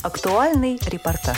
Актуальный репортаж.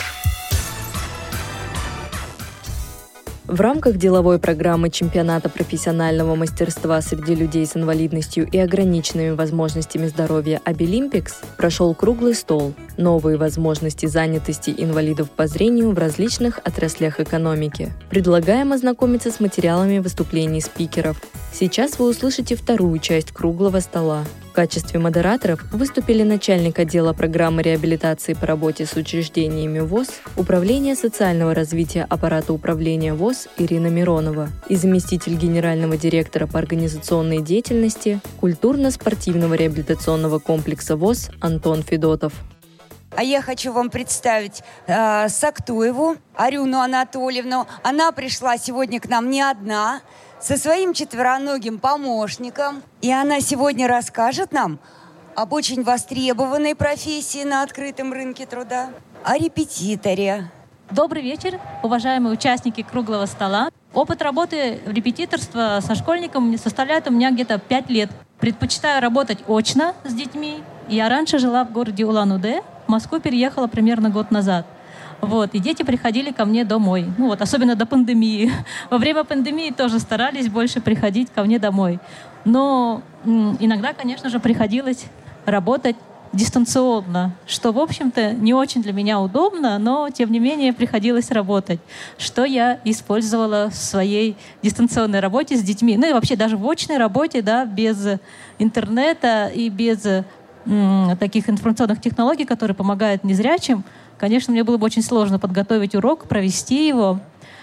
В рамках деловой программы чемпионата профессионального мастерства среди людей с инвалидностью и ограниченными возможностями здоровья «Обилимпикс» прошел круглый стол «Новые возможности занятости инвалидов по зрению в различных отраслях экономики». Предлагаем ознакомиться с материалами выступлений спикеров. Сейчас вы услышите вторую часть круглого стола. В качестве модераторов выступили начальник отдела программы реабилитации по работе с учреждениями ВОС, Управление социального развития аппарата управления ВОС Ирина Миронова и заместитель генерального директора по организационной деятельности культурно-спортивного реабилитационного комплекса ВОС Антон Федотов. А я хочу вам представить Сактуеву Арюну Анатольевну. Она пришла сегодня к нам не одна, со своим четвероногим помощником. И она сегодня расскажет нам об очень востребованной профессии на открытом рынке труда, о репетиторе. Добрый вечер, уважаемые участники круглого стола. Опыт работы репетиторства со школьником составляет у меня где-то 5 лет. Предпочитаю работать очно с детьми. Я раньше жила в городе Улан-Удэ, в Москву переехала примерно год назад. И дети приходили ко мне домой. Особенно до пандемии. Во время пандемии тоже старались больше приходить ко мне домой. Но иногда, конечно же, приходилось работать дистанционно, что, в общем-то, не очень для меня удобно, но, тем не менее, приходилось работать, что я использовала в своей дистанционной работе с детьми. И вообще даже в очной работе, без интернета и без таких информационных технологий, которые помогают незрячим. Конечно, мне было бы очень сложно подготовить урок, провести его.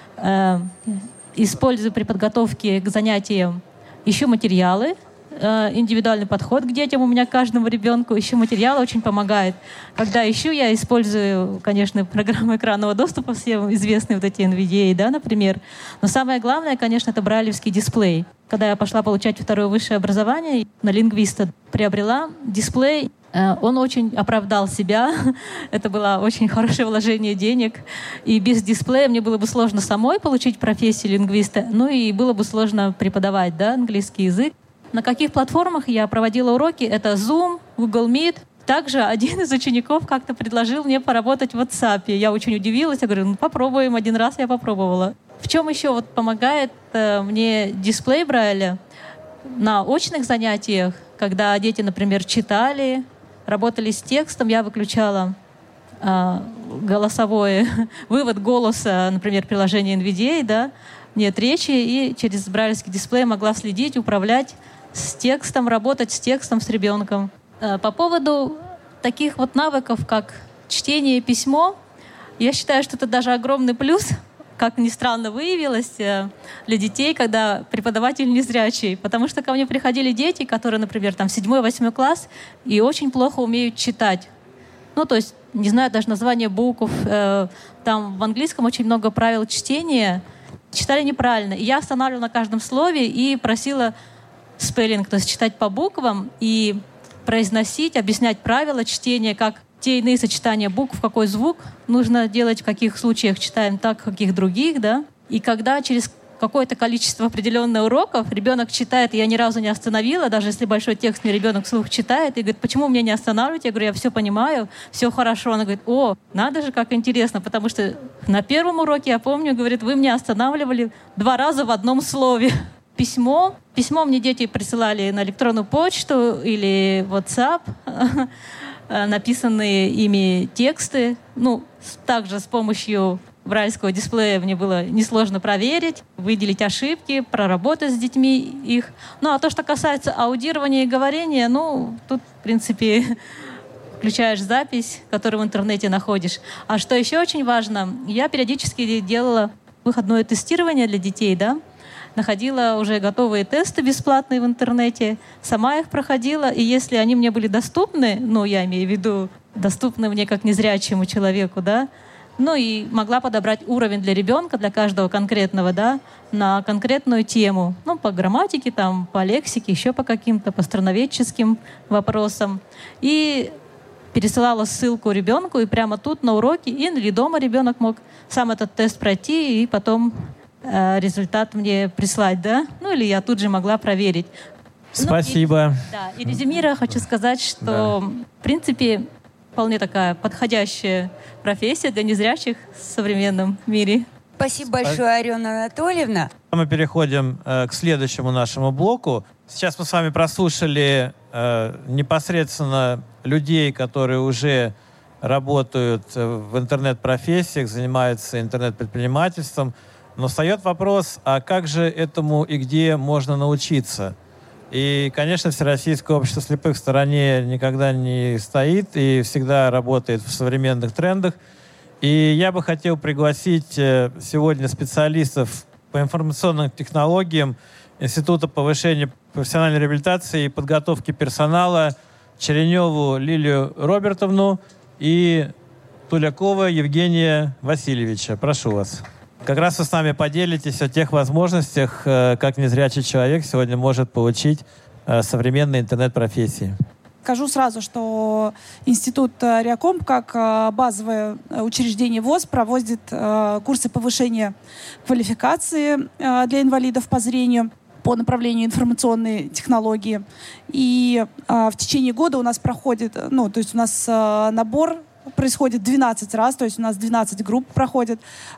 Используя при подготовке к занятиям еще материалы, индивидуальный подход к детям у меня, к каждому ребенку. Еще материалы очень помогает. Когда ищу, я использую, конечно, программы экранного доступа, всем известные эти NVDA, например. Но самое главное, конечно, это брайлевский дисплей. Когда я пошла получать второе высшее образование, на лингвиста приобрела дисплей. Он очень оправдал себя. Это было очень хорошее вложение денег. И без дисплея мне было бы сложно самой получить профессию лингвиста, и было бы сложно преподавать английский язык. На каких платформах я проводила уроки? Это Zoom, Google Meet. Также один из учеников как-то предложил мне поработать в WhatsApp. Я очень удивилась. Я говорю, попробуем. Один раз я попробовала. В чем еще помогает мне дисплей Брайля? На очных занятиях, когда дети, например, читали, работали с текстом, я выключала голосовой вывод голоса, например, приложение NVDA, нет речи, и через брайлевский дисплей могла следить, управлять с текстом, работать с текстом, с ребенком. По поводу таких навыков, как чтение и письмо, я считаю, что это даже огромный плюс, как ни странно выявилось, для детей, когда преподаватель незрячий. Потому что ко мне приходили дети, которые, например, 7-8 класс, и очень плохо умеют читать. То есть не знаю даже название букв. Там в английском очень много правил чтения. Читали неправильно. И я останавливала на каждом слове и просила спеллинг, то есть читать по буквам и произносить, объяснять правила чтения, как те иные сочетания букв, какой звук нужно делать, в каких случаях читаем так, в каких других, И когда через какое-то количество определенных уроков ребенок читает, и я ни разу не остановила, даже если большой текст мне ребенок вслух читает, и говорит, почему меня не останавливаете? Я говорю, я все понимаю, все хорошо. Она говорит, надо же, как интересно, потому что на первом уроке, я помню, говорит, вы меня останавливали 2 раза в одном слове. Письмо мне дети присылали на электронную почту или WhatsApp, написанные ими тексты. Также с помощью брайлевского дисплея мне было несложно проверить, выделить ошибки, проработать с детьми их. А то, что касается аудирования и говорения, тут, в принципе, включаешь запись, которую в интернете находишь. А что еще очень важно, я периодически делала выходное тестирование для детей, находила уже готовые тесты бесплатные в интернете, сама их проходила, и если они мне были доступны, я имею в виду доступны мне как незрячему человеку, и могла подобрать уровень для ребенка, для каждого конкретного, на конкретную тему, по грамматике, по лексике, еще по каким-то, по страноведческим вопросам. И пересылала ссылку ребенку, и прямо тут на уроке, или дома ребенок мог сам этот тест пройти, и потом результат мне прислать, или я тут же могла проверить. Спасибо. И резюмируя, хочу сказать, что, в принципе, вполне такая подходящая профессия для незрячих в современном мире. Спасибо большое, Алена Анатольевна. Мы переходим к следующему нашему блоку. Сейчас мы с вами прослушали непосредственно людей, которые уже работают в интернет-профессиях, занимаются интернет-предпринимательством. Но встает вопрос, а как же этому и где можно научиться? И, конечно, Всероссийское общество слепых в стороне никогда не стоит и всегда работает в современных трендах. И я бы хотел пригласить сегодня специалистов по информационным технологиям Института повышения профессиональной реабилитации и подготовки персонала Череневу Лилию Робертовну и Тулякова Евгения Васильевича. Прошу вас. Как раз вы с нами поделитесь о тех возможностях, как незрячий человек сегодня может получить современные интернет-профессии. Скажу сразу, что Институт РИАКОМ, как базовое учреждение ВОС, проводит курсы повышения квалификации для инвалидов по зрению по направлению информационные технологии. И в течение года у нас проходит, то есть у нас набор происходит 12 раз, то есть у нас 12 групп проходит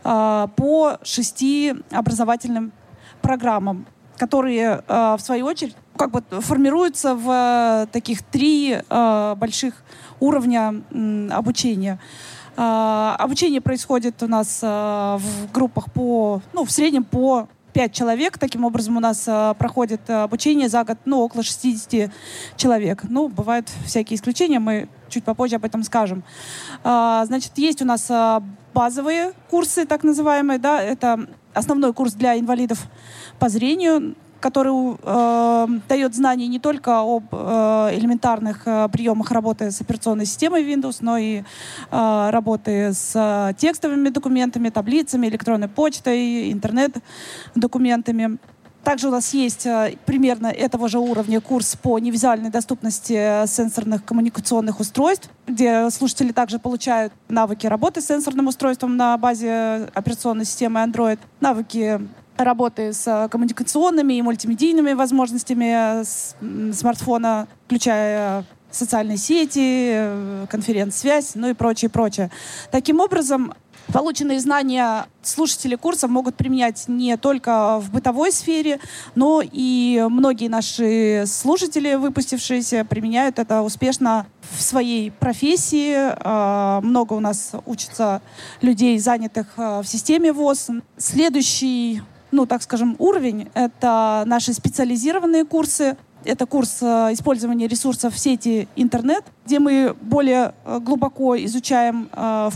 по 6 образовательным программам, которые, в свою очередь, формируются в таких 3 больших уровня обучения. Обучение происходит у нас в группах в среднем по 5 человек. Таким образом, у нас проходит обучение за год около 60 человек. Бывают всякие исключения, мы чуть попозже об этом скажем. Значит, есть у нас базовые курсы, так называемые, да, это основной курс для инвалидов по зрению, который дает знания не только об элементарных приемах работы с операционной системой Windows, но и работы с текстовыми документами, таблицами, электронной почтой, интернет-документами. Также у нас есть примерно этого же уровня курс по невизуальной доступности сенсорных коммуникационных устройств, где слушатели также получают навыки работы с сенсорным устройством на базе операционной системы Android, навыки работы с коммуникационными и мультимедийными возможностями смартфона, включая социальные сети, конференц-связь, и прочее. Таким образом, полученные знания слушатели курса могут применять не только в бытовой сфере, но и многие наши слушатели, выпустившиеся, применяют это успешно в своей профессии. Много у нас учатся людей, занятых в системе ВОС. Следующий, уровень — это наши специализированные курсы. Это курс использования ресурсов в сети интернет, где мы более глубоко изучаем,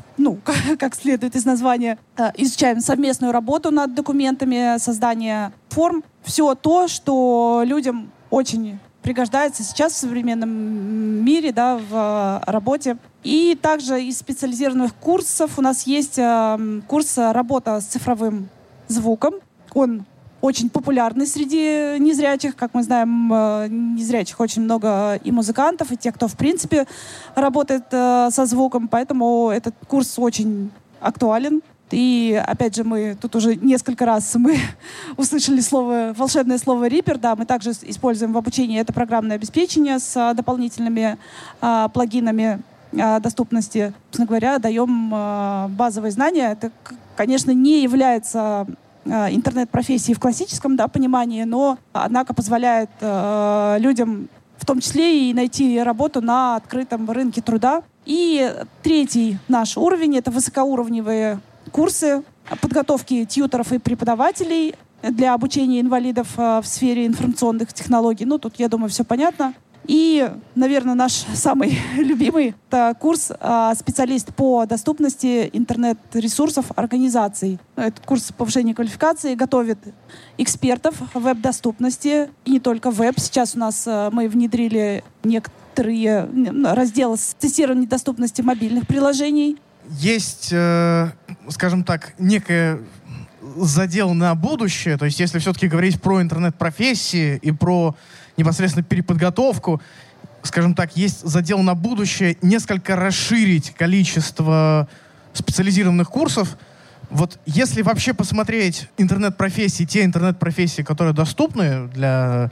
как следует из названия, изучаем совместную работу над документами, создание форм. Все то, что людям очень пригождается сейчас в современном мире, да, в работе. И также из специализированных курсов у нас есть курс «Работа с цифровым звуком». Он очень популярный среди незрячих. Как мы знаем, незрячих очень много и музыкантов, и тех, кто, в принципе, работает со звуком. Поэтому этот курс очень актуален. И, опять же, мы тут уже несколько раз услышали волшебное слово «Reaper». Да, мы также используем в обучении это программное обеспечение с дополнительными плагинами доступности. Собственно говоря, даем базовые знания. Это, конечно, не является интернет-профессии в классическом понимании, но, однако, позволяет людям в том числе и найти работу на открытом рынке труда. И третий наш уровень — это высокоуровневые курсы подготовки тьюторов и преподавателей для обучения инвалидов в сфере информационных технологий. Тут, я думаю, все понятно. И, наверное, наш самый любимый — это курс «Специалист по доступности интернет-ресурсов организаций». Этот курс повышения квалификации готовит экспертов веб-доступности, и не только веб. Сейчас у нас мы внедрили некоторые разделы с тестированием доступности мобильных приложений. Есть, скажем так, некое задел на будущее. То есть если все-таки говорить про интернет-профессии и про непосредственно переподготовку, скажем так, есть задел на будущее несколько расширить количество специализированных курсов. Вот если вообще посмотреть интернет-профессии, те интернет-профессии, которые доступны для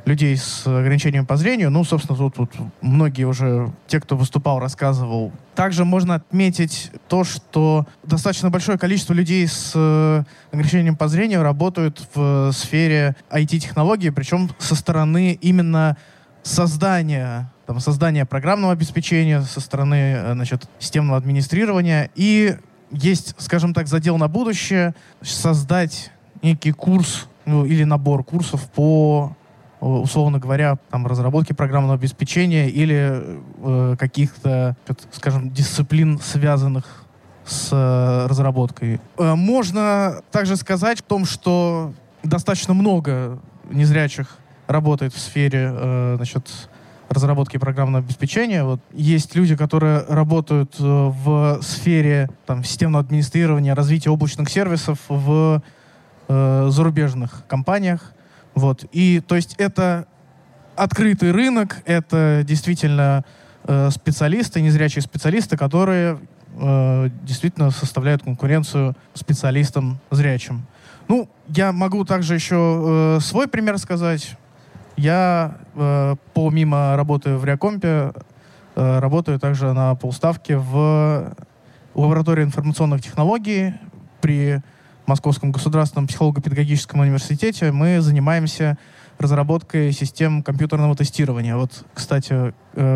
людей с ограничением по зрению. Ну, собственно, тут многие уже, те, кто выступал, рассказывал. Также можно отметить то, что достаточно большое количество людей с ограничением по зрению работают в сфере IT-технологий, причем со стороны именно создания программного обеспечения, со стороны, системного администрирования. И есть, скажем так, задел на будущее создать некий курс или набор курсов по, условно говоря, разработке программного обеспечения или каких-то, скажем, дисциплин, связанных с разработкой. Можно также сказать о том, что достаточно много незрячих работает в сфере, разработки программного обеспечения. Есть люди, которые работают в сфере системного администрирования, развития облачных сервисов в зарубежных компаниях. И то есть это открытый рынок, это действительно специалисты, незрячие специалисты, которые действительно составляют конкуренцию специалистам зрячим. Я могу также еще свой пример сказать. Я, помимо работы в Реакомпе, работаю также на полставке в лаборатории информационных технологий при Московском государственном психолого-педагогическом университете. Мы занимаемся разработкой систем компьютерного тестирования. Кстати,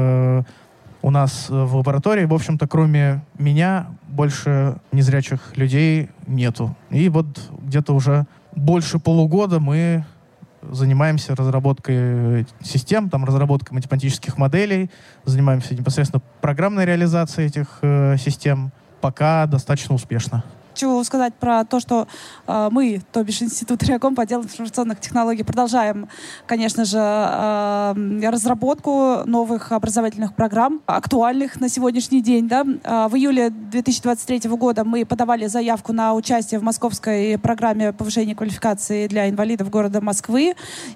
у нас в лаборатории, в общем-то, кроме меня, больше незрячих людей нету. И где-то уже больше полугода мы занимаемся разработкой систем, разработкой математических моделей, занимаемся непосредственно программной реализацией этих систем. Пока достаточно успешно. Хочу сказать про то, что мы, то бишь Институт Реакомпа, отдел информационных технологий, продолжаем, конечно же, разработку новых образовательных программ, актуальных на сегодняшний день. Да? В июле 2023 года мы подавали заявку на участие в московской программе повышения квалификации для инвалидов города Москвы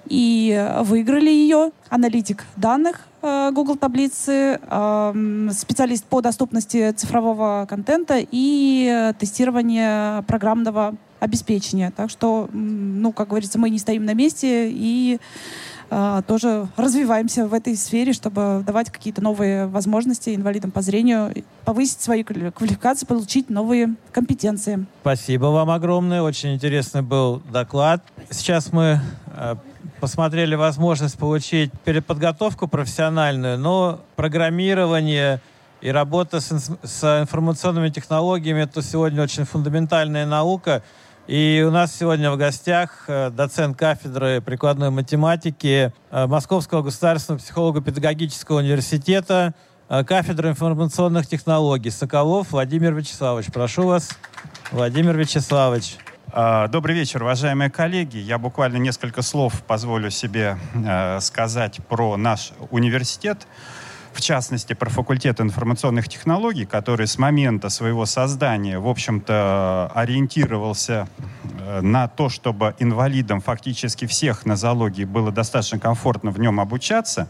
и выиграли ее. Аналитик данных Google таблицы, специалист по доступности цифрового контента и тестирование программного обеспечения. Так что, как говорится, мы не стоим на месте и тоже развиваемся в этой сфере, чтобы давать какие-то новые возможности инвалидам по зрению, повысить свою квалификацию, получить новые компетенции. Спасибо вам огромное. Очень интересный был доклад. Сейчас мы посмотрели возможность получить переподготовку профессиональную, но программирование и работа с информационными технологиями — это сегодня очень фундаментальная наука. И у нас сегодня в гостях доцент кафедры прикладной математики Московского государственного психолого-педагогического университета, кафедры информационных технологий Соколов Владимир Вячеславович. Прошу вас, Владимир Вячеславович. Добрый вечер, уважаемые коллеги. Я буквально несколько слов позволю себе сказать про наш университет, в частности, про факультет информационных технологий, который с момента своего создания, в общем-то, ориентировался на то, чтобы инвалидам фактически всех нозологий было достаточно комфортно в нем обучаться.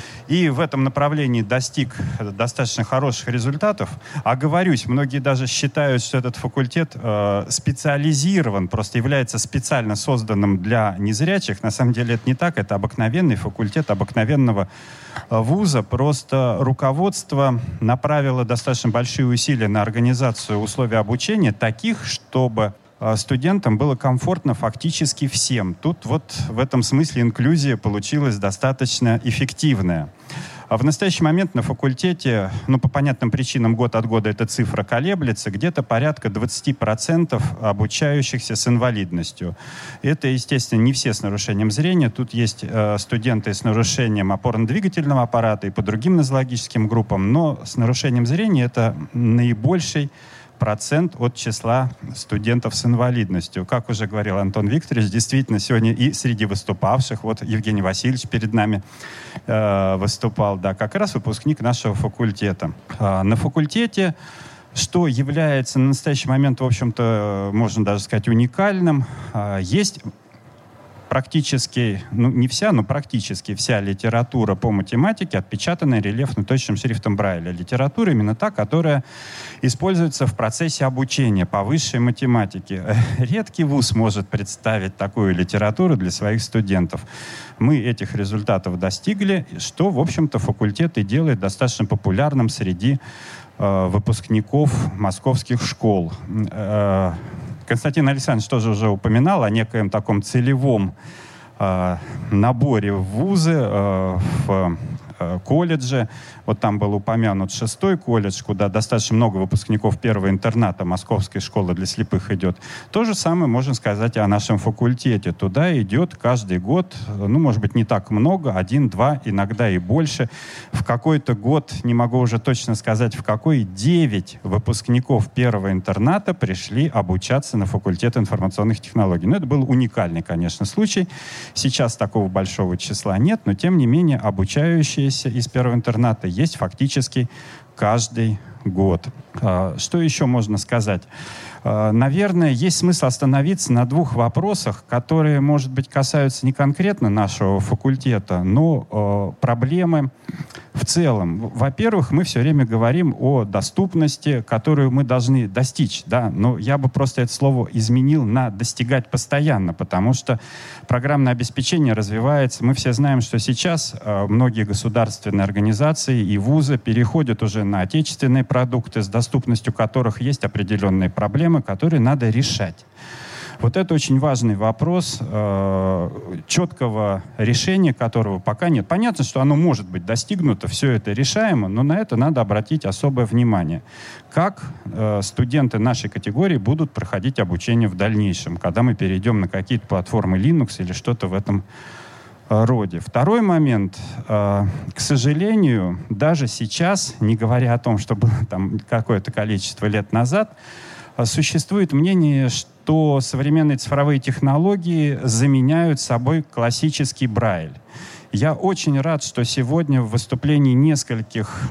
И в этом направлении достиг достаточно хороших результатов. Оговорюсь, многие даже считают, что этот факультет специализирован, просто является специально созданным для незрячих. На самом деле это не так, это обыкновенный факультет обыкновенного вуза. Просто руководство направило достаточно большие усилия на организацию условий обучения таких, чтобы студентам было комфортно фактически всем. Тут в этом смысле инклюзия получилась достаточно эффективная. А в настоящий момент на факультете, по понятным причинам год от года эта цифра колеблется, где-то порядка 20% обучающихся с инвалидностью. Это, естественно, не все с нарушением зрения. Тут есть студенты с нарушением опорно-двигательного аппарата и по другим нозологическим группам, но с нарушением зрения это наибольший процент от числа студентов с инвалидностью. Как уже говорил Антон Викторович, действительно, сегодня и среди выступавших, Евгений Васильевич перед нами выступал, как раз выпускник нашего факультета. На факультете, что является на настоящий момент, в общем-то, можно даже сказать, уникальным, есть практически, не вся, но практически вся литература по математике отпечатана рельефно-точным шрифтом Брайля. Литература именно та, которая используется в процессе обучения по высшей математике. Редкий вуз может представить такую литературу для своих студентов. Мы этих результатов достигли, что, в общем-то, факультет и делает достаточно популярным среди выпускников московских школ. Константин Александрович тоже уже упоминал о некоем таком целевом наборе в вузы, в колледже. Вот там был упомянут 6-й колледж, куда достаточно много выпускников первого интерната Московской школы для слепых идет. То же самое можно сказать и о нашем факультете. Туда идет каждый год, может быть, не так много, 1, 2, иногда и больше. В какой-то год, не могу уже точно сказать, в какой, 9 выпускников первого интерната пришли обучаться на факультет информационных технологий. Это был уникальный, конечно, случай. Сейчас такого большого числа нет, но, тем не менее, обучающиеся из первого интерната есть фактически каждый год. Что еще можно сказать? Наверное, есть смысл остановиться на 2 вопросах, которые, может быть, касаются не конкретно нашего факультета, но проблемы в целом. Во-первых, мы все время говорим о доступности, которую мы должны достичь, да, но я бы просто это слово изменил на достигать постоянно, потому что программное обеспечение развивается. Мы все знаем, что сейчас многие государственные организации и вузы переходят уже на отечественные продукты, с доступностью которых есть определенные проблемы, которые надо решать. Вот это очень важный вопрос, четкого решения которого пока нет. Понятно, что оно может быть достигнуто, все это решаемо, но на это надо обратить особое внимание. Как студенты нашей категории будут проходить обучение в дальнейшем, когда мы перейдем на какие-то платформы Linux или что-то в этом роде. Второй момент. К сожалению, даже сейчас, не говоря о том, что было там какое-то количество лет назад, существует мнение, что современные цифровые технологии заменяют собой классический Брайль. Я очень рад, что сегодня в выступлении нескольких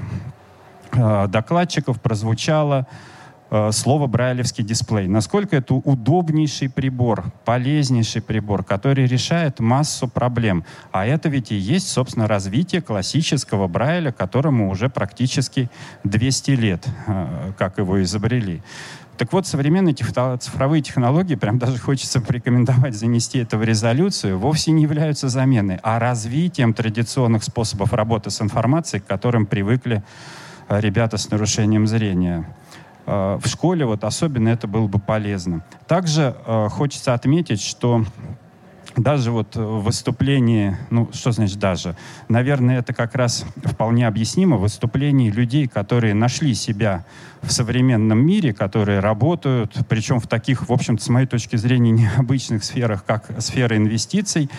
докладчиков прозвучало слово «брайлевский дисплей». Насколько это удобнейший прибор, полезнейший прибор, который решает массу проблем. А это ведь и есть, собственно, развитие классического Брайля, которому уже практически 200 лет, как его изобрели. Так вот, современные цифровые технологии, прям даже хочется порекомендовать занести это в резолюцию, вовсе не являются заменой, а развитием традиционных способов работы с информацией, к которым привыкли ребята с нарушением зрения. В школе вот особенно это было бы полезно. Также хочется отметить, что даже вот в выступлении, что значит даже? Наверное, это как раз вполне объяснимо в выступлении людей, которые нашли себя в современном мире, которые работают, причем в таких, в общем-то, с моей точки зрения, необычных сферах, как сфера инвестиций,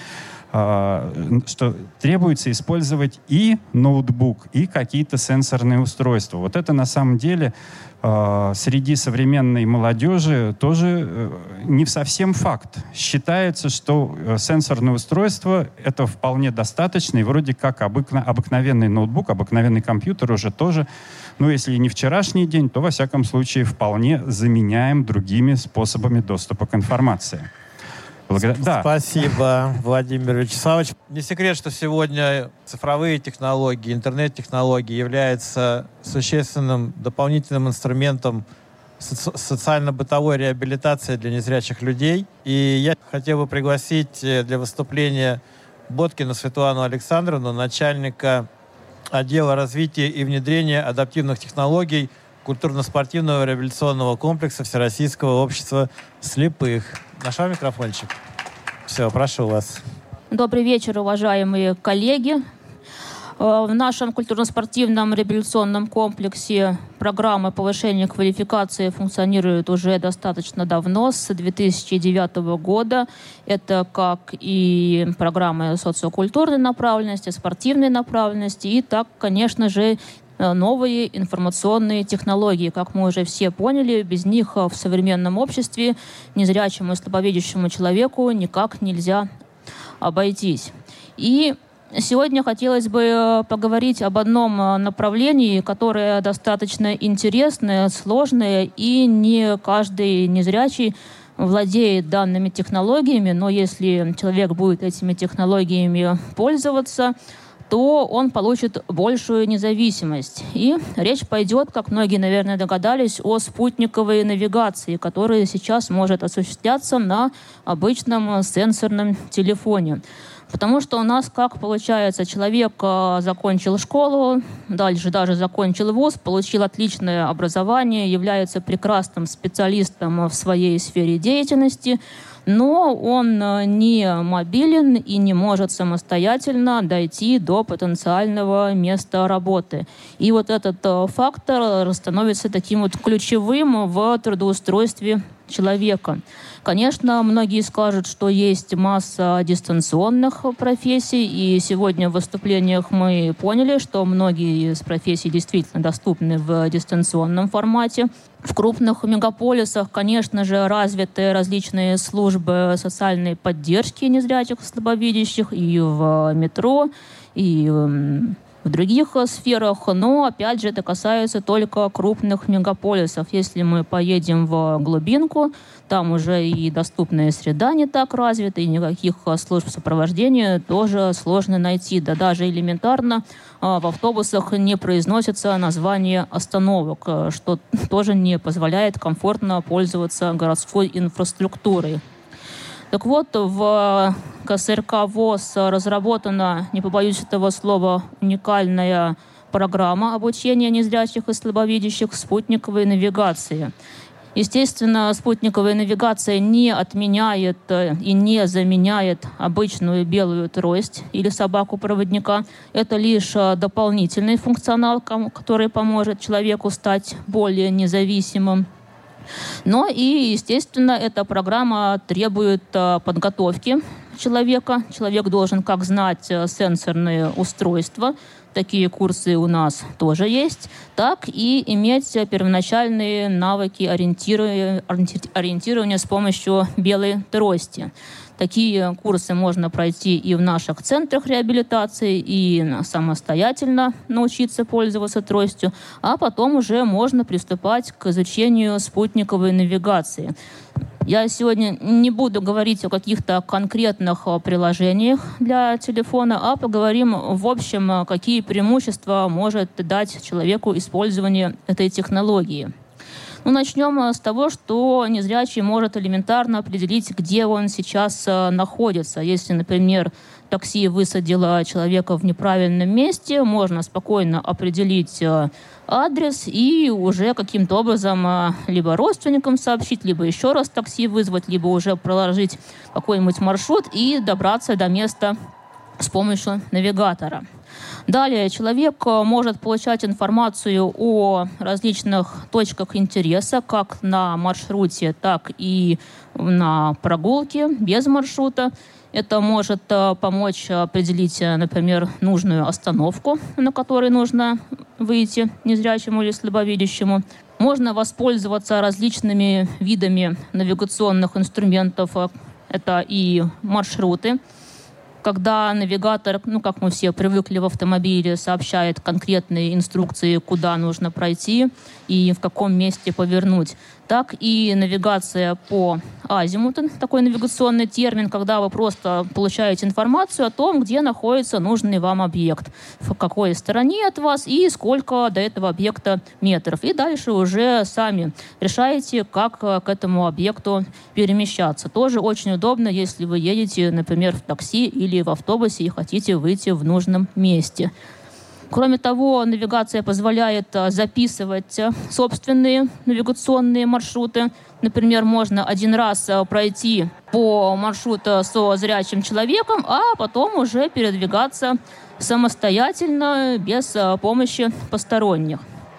что требуется использовать и ноутбук, и какие-то сенсорные устройства. Вот это на самом деле среди современной молодежи тоже не совсем факт. Считается, что сенсорное устройство — это вполне достаточно, и вроде как обыкновенный ноутбук, обыкновенный компьютер уже тоже, если и не вчерашний день, то, во всяком случае, вполне заменяем другими способами доступа к информации. Да. Спасибо, Владимир Вячеславович. Не секрет, что сегодня цифровые технологии, интернет-технологии являются существенным дополнительным инструментом социально-бытовой реабилитации для незрячих людей. И я хотел бы пригласить для выступления Боткину Светлану Александровну, начальника отдела развития и внедрения адаптивных технологий культурно-спортивного реабилитационного комплекса Всероссийского общества слепых. Наш микрофончик. Все, прошу вас. Добрый вечер, уважаемые коллеги. В нашем культурно-спортивном реабилитационном комплексе программы повышения квалификации функционируют уже достаточно давно, с 2009 года. Это как и программы социокультурной направленности, спортивной направленности, и так, конечно же, новые информационные технологии. Как мы уже все поняли, без них в современном обществе незрячему и слабовидящему человеку никак нельзя обойтись. И сегодня хотелось бы поговорить об одном направлении, которое достаточно интересное, сложное, и не каждый незрячий владеет данными технологиями, но если человек будет этими технологиями пользоваться, то он получит большую независимость. И речь пойдет, как многие, наверное, догадались, о спутниковой навигации, которая сейчас может осуществляться на обычном сенсорном телефоне. Потому что у нас, как получается, человек закончил школу, дальше даже закончил вуз, получил отличное образование, является прекрасным специалистом в своей сфере деятельности, но он не мобилен и не может самостоятельно дойти до потенциального места работы. И вот этот фактор становится таким вот ключевым в трудоустройстве человека. Конечно, многие скажут, что есть масса дистанционных профессий, и сегодня в выступлениях мы поняли, что многие из профессий действительно доступны в дистанционном формате. В крупных мегаполисах, конечно же, развиты различные службы социальной поддержки незрячих и слабовидящих и в метро, и в других сферах, но, опять же, это касается только крупных мегаполисов. Если мы поедем в глубинку, там уже и доступная среда не так развита, и никаких служб сопровождения тоже сложно найти. Да даже элементарно в автобусах не произносится название остановок, что тоже не позволяет комфортно пользоваться городской инфраструктурой. Так вот, в КСРК ВОС разработана, не побоюсь этого слова, уникальная программа обучения незрячих и слабовидящих спутниковой навигации. Естественно, спутниковая навигация не отменяет и не заменяет обычную белую трость или собаку-проводника. Это лишь дополнительный функционал, который поможет человеку стать более независимым. Но и, естественно, эта программа требует подготовки человека. Человек должен как знать сенсорные устройства, такие курсы у нас тоже есть, так и иметь первоначальные навыки ориентирования с помощью белой трости. Такие курсы можно пройти и в наших центрах реабилитации, и самостоятельно научиться пользоваться тростью, а потом уже можно приступать к изучению спутниковой навигации. Я сегодня не буду говорить о каких-то конкретных приложениях для телефона, а поговорим в общем, какие преимущества может дать человеку использование этой технологии. Начнем с того, что незрячий может элементарно определить, где он сейчас находится. Если, например, такси высадило человека в неправильном месте, можно спокойно определить адрес и уже каким-то образом либо родственникам сообщить, либо еще раз такси вызвать, либо уже проложить какой-нибудь маршрут и добраться до места с помощью навигатора. Далее человек может получать информацию о различных точках интереса, как на маршруте, так и на прогулке без маршрута. Это может помочь определить, например, нужную остановку, на которой нужно выйти незрячему или слабовидящему. Можно воспользоваться различными видами навигационных инструментов. Это и маршруты, когда навигатор, как мы все привыкли в автомобиле, сообщает конкретные инструкции, куда нужно пройти и в каком месте повернуть. Так и навигация по азимуту, такой навигационный термин, когда вы просто получаете информацию о том, где находится нужный вам объект, в какой стороне от вас и сколько до этого объекта метров. И дальше уже сами решаете, как к этому объекту перемещаться. Тоже очень удобно, если вы едете, например, в такси или в автобусе и хотите выйти в нужном месте. Кроме того, навигация позволяет записывать собственные навигационные маршруты. Например, можно один раз пройти по маршруту со зрячим человеком, а потом уже передвигаться самостоятельно, без помощи посторонних.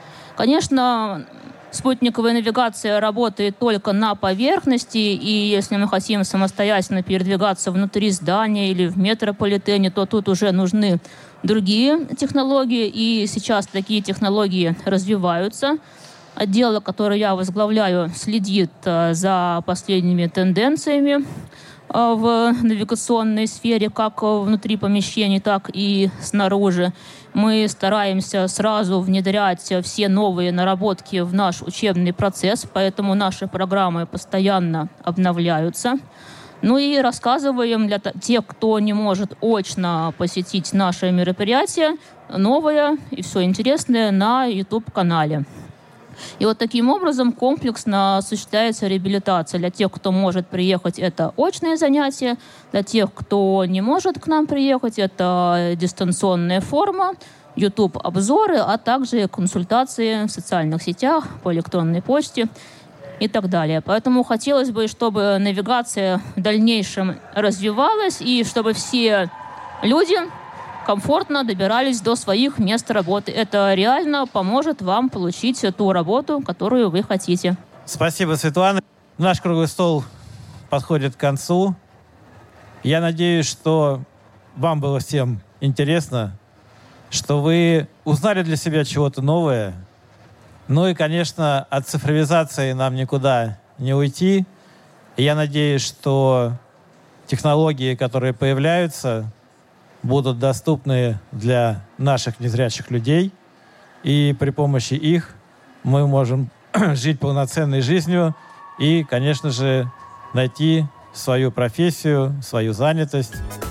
Конечно, спутниковая навигация работает только на поверхности, и если мы хотим самостоятельно передвигаться внутри здания или в метрополитене, то тут уже нужны другие технологии, и сейчас такие технологии развиваются. Отдел, который я возглавляю, следит за последними тенденциями в навигационной сфере, как внутри помещений, так и снаружи. Мы стараемся сразу внедрять все новые наработки в наш учебный процесс, поэтому наши программы постоянно обновляются. Ну и рассказываем для тех, кто не может очно посетить наше мероприятие, новое и все интересное на YouTube-канале. И вот таким образом комплексно осуществляется реабилитация. Для тех, кто может приехать, это очные занятия. Для тех, кто не может к нам приехать, это дистанционная форма, YouTube-обзоры, а также консультации в социальных сетях, по электронной почте и так далее. Поэтому хотелось бы, чтобы навигация в дальнейшем развивалась и чтобы все люди комфортно добирались до своих мест работы. Это реально поможет вам получить ту работу, которую вы хотите. Спасибо, Светлана. Наш круглый стол подходит к концу. Я надеюсь, что вам было всем интересно, что вы узнали для себя чего-то новое. Ну и, конечно, от цифровизации нам никуда не уйти. И я надеюсь, что технологии, которые появляются, будут доступны для наших незрячих людей. И при помощи их мы можем жить полноценной жизнью и, конечно же, найти свою профессию, свою занятость.